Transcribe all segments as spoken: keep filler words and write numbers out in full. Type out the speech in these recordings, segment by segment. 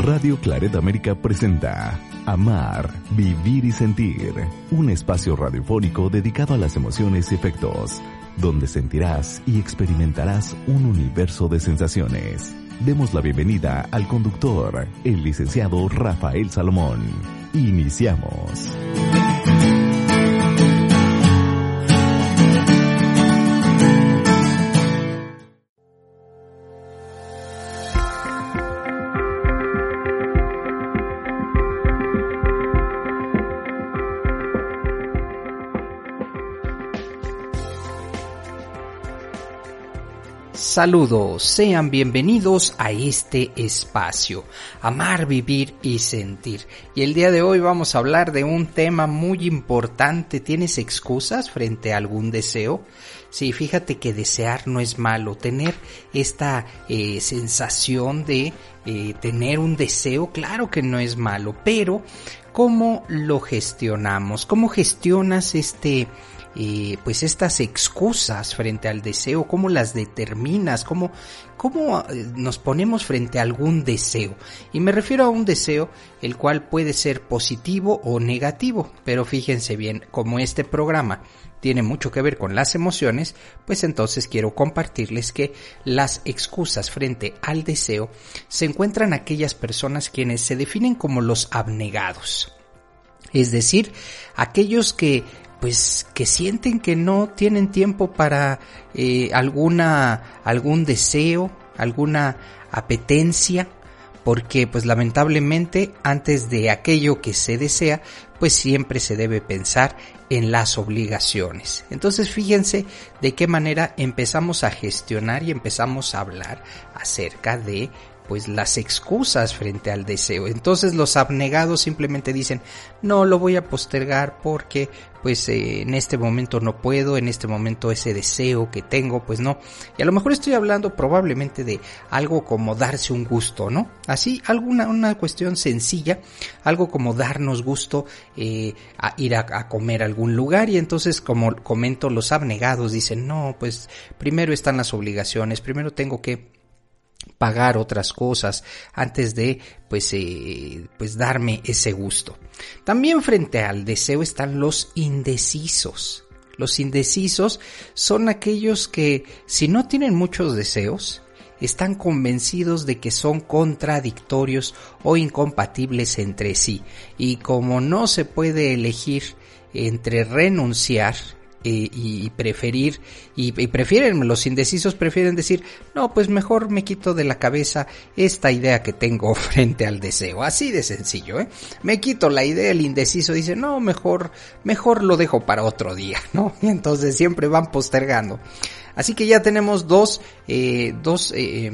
Radio Claret América presenta Amar, Vivir y Sentir, un espacio radiofónico dedicado a las emociones y efectos, donde sentirás y experimentarás un universo de sensaciones. Demos la bienvenida al conductor, el licenciado Rafael Salomón. Iniciamos. Saludos, sean bienvenidos a este espacio, Amar, Vivir y Sentir. Y el día de hoy vamos a hablar de un tema muy importante. ¿Tienes excusas frente a algún deseo? Sí, fíjate que desear no es malo. Tener esta eh, sensación de eh, tener un deseo, claro que no es malo, pero ¿cómo lo gestionamos? ¿Cómo gestionas este... Eh, pues estas excusas frente al deseo? ¿Cómo las determinas? ¿Cómo, cómo nos ponemos frente a algún deseo? Y me refiero a un deseo el cual puede ser positivo o negativo, pero fíjense bien, como este programa tiene mucho que ver con las emociones, pues entonces quiero compartirles que las excusas frente al deseo se encuentran aquellas personas quienes se definen como los abnegados, es decir, aquellos que pues que sienten que no tienen tiempo para eh, alguna algún deseo, alguna apetencia, porque pues lamentablemente antes de aquello que se desea, pues siempre se debe pensar en las obligaciones. Entonces fíjense de qué manera empezamos a gestionar y empezamos a hablar acerca de pues las excusas frente al deseo. Entonces los abnegados simplemente dicen, no, lo voy a postergar porque pues eh, en este momento no puedo, en este momento ese deseo que tengo, pues no. Y a lo mejor estoy hablando probablemente de algo como darse un gusto, ¿no? Así, alguna una cuestión sencilla, algo como darnos gusto, eh, a ir a, a comer a algún lugar, y entonces, como comento, los abnegados dicen, no, pues primero están las obligaciones, primero tengo que pagar otras cosas antes de pues eh, pues darme ese gusto. También frente al deseo están los indecisos. Los indecisos son aquellos que, si no tienen muchos deseos, están convencidos de que son contradictorios o incompatibles entre sí, y como no se puede elegir entre renunciar Eh, y preferir y, y prefieren, los indecisos prefieren decir, no, pues mejor me quito de la cabeza esta idea que tengo frente al deseo, así de sencillo, ¿eh? Me quito la idea. El indeciso dice, no, mejor, mejor lo dejo para otro día, ¿no? Y entonces siempre van postergando. Así que ya tenemos dos, eh, dos, eh,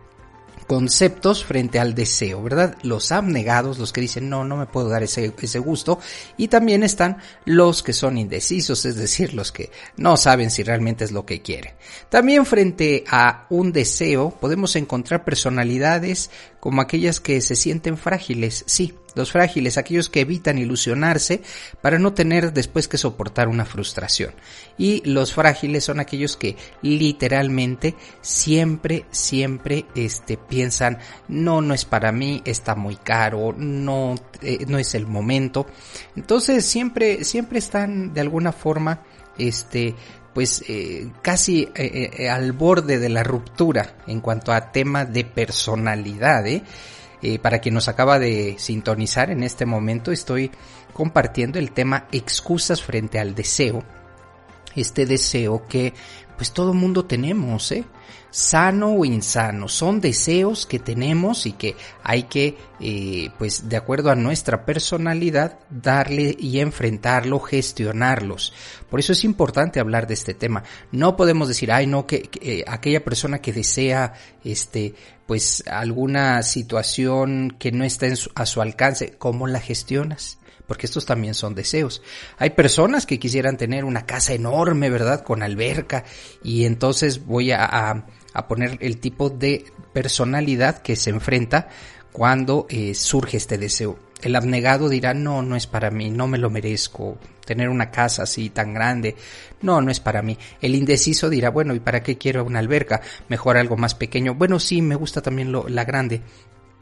conceptos frente al deseo, ¿verdad? Los abnegados, los que dicen, no, no me puedo dar ese, ese gusto, y también están los que son indecisos, es decir, los que no saben si realmente es lo que quieren. También frente a un deseo podemos encontrar personalidades como aquellas que se sienten frágiles, sí, los frágiles, aquellos que evitan ilusionarse para no tener después que soportar una frustración. Y los frágiles son aquellos que literalmente siempre, siempre este, piensan, no, no es para mí, está muy caro, no, eh, no es el momento. Entonces siempre, siempre están de alguna forma, este, pues eh, casi eh, eh, al borde de la ruptura en cuanto a tema de personalidad, ¿eh? Eh, para quien nos acaba de sintonizar en este momento, estoy compartiendo el tema excusas frente al deseo. Este deseo que pues todo mundo tenemos, ¿eh? Sano o insano, son deseos que tenemos y que hay que, eh, pues de acuerdo a nuestra personalidad, darle y enfrentarlo, gestionarlos. Por eso es importante hablar de este tema. No podemos decir, ay no, que, que eh, aquella persona que desea, este, pues alguna situación que no está en su, a su alcance, ¿cómo la gestionas? Porque estos también son deseos. Hay personas que quisieran tener una casa enorme, ¿verdad? Con alberca, y entonces voy a, a, a poner el tipo de personalidad que se enfrenta cuando eh, surge este deseo. El abnegado dirá, no, no es para mí, no me lo merezco, tener una casa así tan grande, no, no es para mí. El indeciso dirá, bueno, ¿y para qué quiero una alberca? Mejor algo más pequeño. Bueno, sí, me gusta también lo, la grande.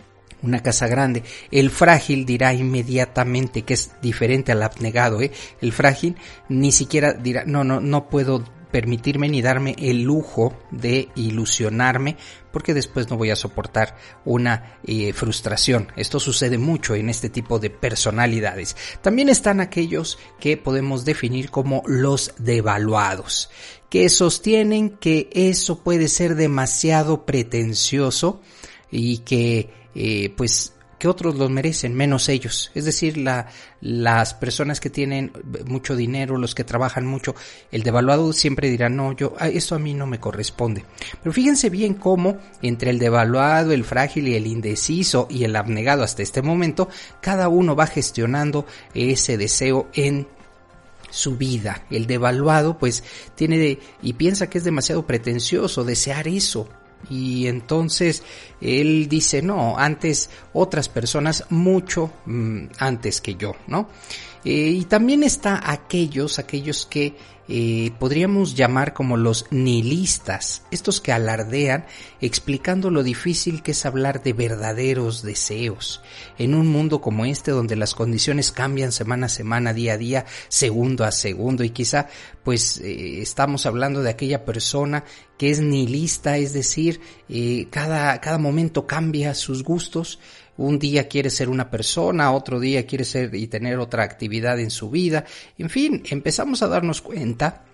una casa grande. El frágil dirá inmediatamente que es diferente al abnegado, ¿eh? El frágil ni siquiera dirá, no, no, no puedo permitirme ni darme el lujo de ilusionarme porque después no voy a soportar una eh, frustración. Esto sucede mucho en este tipo de personalidades. También están aquellos que podemos definir como los devaluados, que sostienen que eso puede ser demasiado pretencioso y que eh, pues que otros los merecen, menos ellos. Es decir, la, las personas que tienen mucho dinero, los que trabajan mucho, el devaluado siempre dirá, no, yo, esto a mí no me corresponde. Pero fíjense bien cómo entre el devaluado, el frágil y el indeciso y el abnegado hasta este momento, cada uno va gestionando ese deseo en su vida. El devaluado pues tiene de, y piensa que es demasiado pretencioso desear eso. Y entonces él dice, no, antes otras personas mucho mmm, antes que yo, ¿no? Eh, y también está aquellos, aquellos que eh, podríamos llamar como los nihilistas, estos que alardean explicando lo difícil que es hablar de verdaderos deseos en un mundo como este donde las condiciones cambian semana a semana, día a día, segundo a segundo, y quizá pues eh, estamos hablando de aquella persona que es nihilista, es decir, eh, cada, cada momento cambia sus gustos. Un día quiere ser una persona, otro día quiere ser y tener otra actividad en su vida. En fin, empezamos a darnos cuenta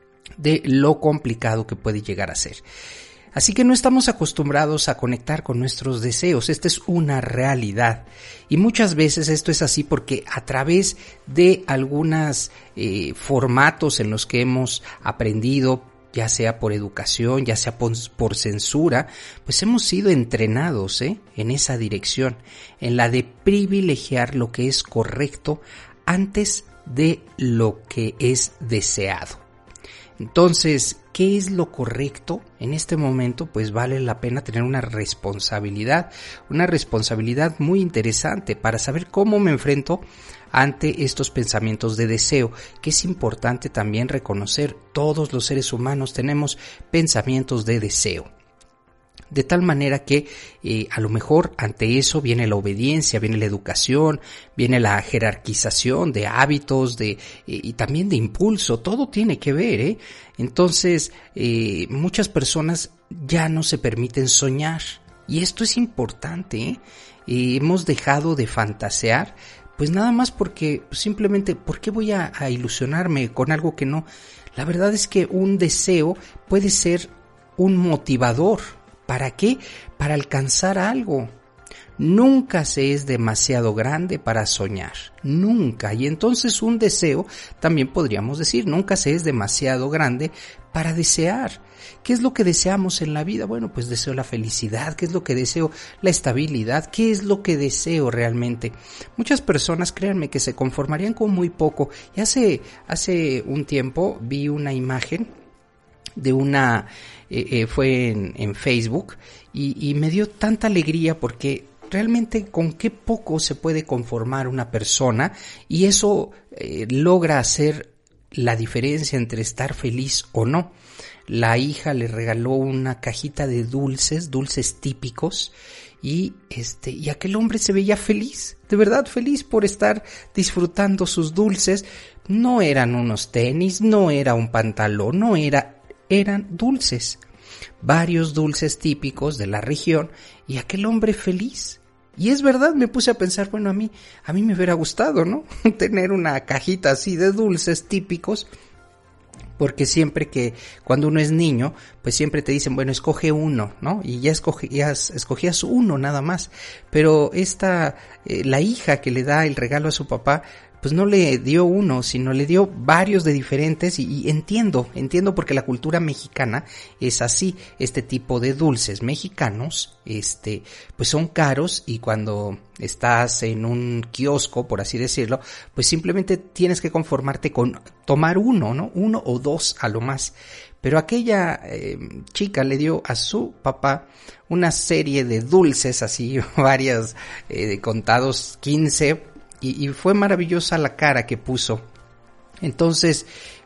de lo complicado que puede llegar a ser. Así que no estamos acostumbrados a conectar con nuestros deseos. Esta es una realidad. Y muchas veces esto es así porque a través de algunos eh, formatos en los que hemos aprendido, ya sea por educación, ya sea por, por censura, pues hemos sido entrenados ¿eh? en esa dirección, en la de privilegiar lo que es correcto antes de lo que es deseado. Entonces, ¿qué es lo correcto? En este momento, pues vale la pena tener una responsabilidad, una responsabilidad muy interesante para saber cómo me enfrento ante estos pensamientos de deseo, que es importante también reconocer, todos los seres humanos tenemos pensamientos de deseo. De tal manera que eh, a lo mejor ante eso viene la obediencia, viene la educación, viene la jerarquización de hábitos de, eh, y también de impulso, todo tiene que ver, ¿eh? Entonces, eh, muchas personas ya no se permiten soñar y esto es importante, ¿eh? Eh, hemos dejado de fantasear, pues nada más porque simplemente, ¿por qué voy a, a ilusionarme con algo que no? La verdad es que un deseo puede ser un motivador. ¿Para qué? Para alcanzar algo. Nunca se es demasiado grande para soñar, nunca. Y entonces un deseo, también podríamos decir, nunca se es demasiado grande para desear. ¿Qué es lo que deseamos en la vida? Bueno, pues deseo la felicidad. ¿Qué es lo que deseo? La estabilidad. ¿Qué es lo que deseo realmente? Muchas personas, créanme, que se conformarían con muy poco. Y hace, hace un tiempo vi una imagen de una, eh, eh, fue en, en Facebook y, y me dio tanta alegría porque realmente con qué poco se puede conformar una persona y eso eh, logra hacer la diferencia entre estar feliz o no. La hija le regaló una cajita de dulces, dulces típicos y este y aquel hombre se veía feliz, de verdad feliz por estar disfrutando sus dulces. No eran unos tenis, no era un pantalón, no era eran dulces, varios dulces típicos de la región y aquel hombre feliz. Y es verdad, me puse a pensar, bueno, a mí, a mí me hubiera gustado, ¿no? Tener una cajita así de dulces típicos, porque siempre que, cuando uno es niño, pues siempre te dicen, bueno, escoge uno, ¿no? Y ya escogías, escogías uno nada más. Pero esta, eh, la hija que le da el regalo a su papá, pues no le dio uno, sino le dio varios de diferentes y, y entiendo, entiendo porque la cultura mexicana es así, este tipo de dulces mexicanos, este, pues son caros y cuando estás en un kiosco, por así decirlo, pues simplemente tienes que conformarte con tomar uno, ¿no? Uno o dos a lo más. Pero aquella eh, chica le dio a su papá una serie de dulces, así, varias, eh, contados quince, Y, y fue maravillosa la cara que puso. Entonces,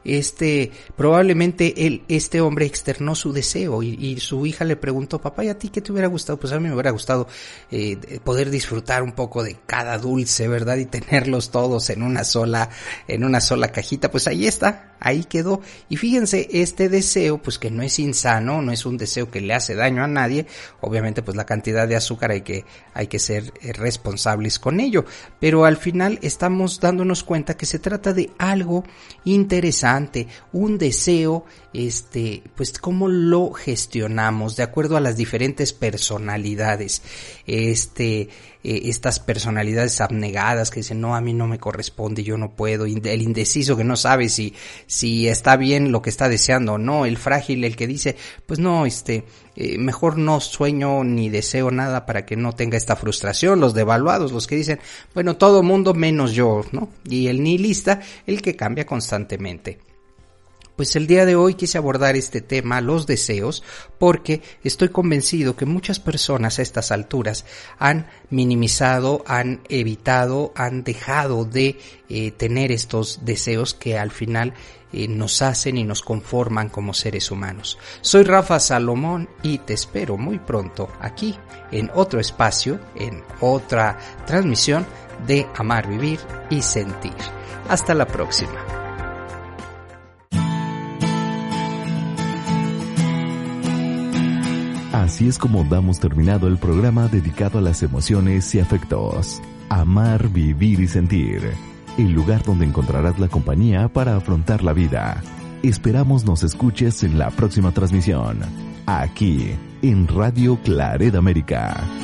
este, probablemente él, este hombre externó su deseo y, y su hija le preguntó, papá, ¿y a ti qué te hubiera gustado? Pues a mí me hubiera gustado eh, poder disfrutar un poco de cada dulce, ¿verdad? Y tenerlos todos en una sola, en una sola cajita. Pues ahí está, ahí quedó. Y fíjense, este deseo, pues que no es insano, no es un deseo que le hace daño a nadie. Obviamente, pues la cantidad de azúcar hay que, hay que ser responsables con ello. Pero al final estamos dándonos cuenta que se trata de algo interesante, un deseo, este, pues cómo lo gestionamos de acuerdo a las diferentes personalidades, este, eh, estas personalidades abnegadas que dicen, no, a mí no me corresponde, yo no puedo, el indeciso que no sabe si, si está bien lo que está deseando o no, el frágil, el que dice, pues no, este, eh, mejor no sueño ni deseo nada para que no tenga esta frustración, los devaluados, los que dicen, bueno, todo mundo menos yo, ¿no? Y el nihilista, el que cambia constantemente. Pues el día de hoy quise abordar este tema, los deseos, porque estoy convencido que muchas personas a estas alturas han minimizado, han evitado, han dejado de eh, tener estos deseos que al final eh, nos hacen y nos conforman como seres humanos. Soy Rafa Salomón y te espero muy pronto aquí en otro espacio, en otra transmisión de Amar, Vivir y Sentir. Hasta la próxima. Así es como damos terminado el programa dedicado a las emociones y afectos. Amar, Vivir y Sentir. El lugar donde encontrarás la compañía para afrontar la vida. Esperamos nos escuches en la próxima transmisión. Aquí, en Radio Claret América.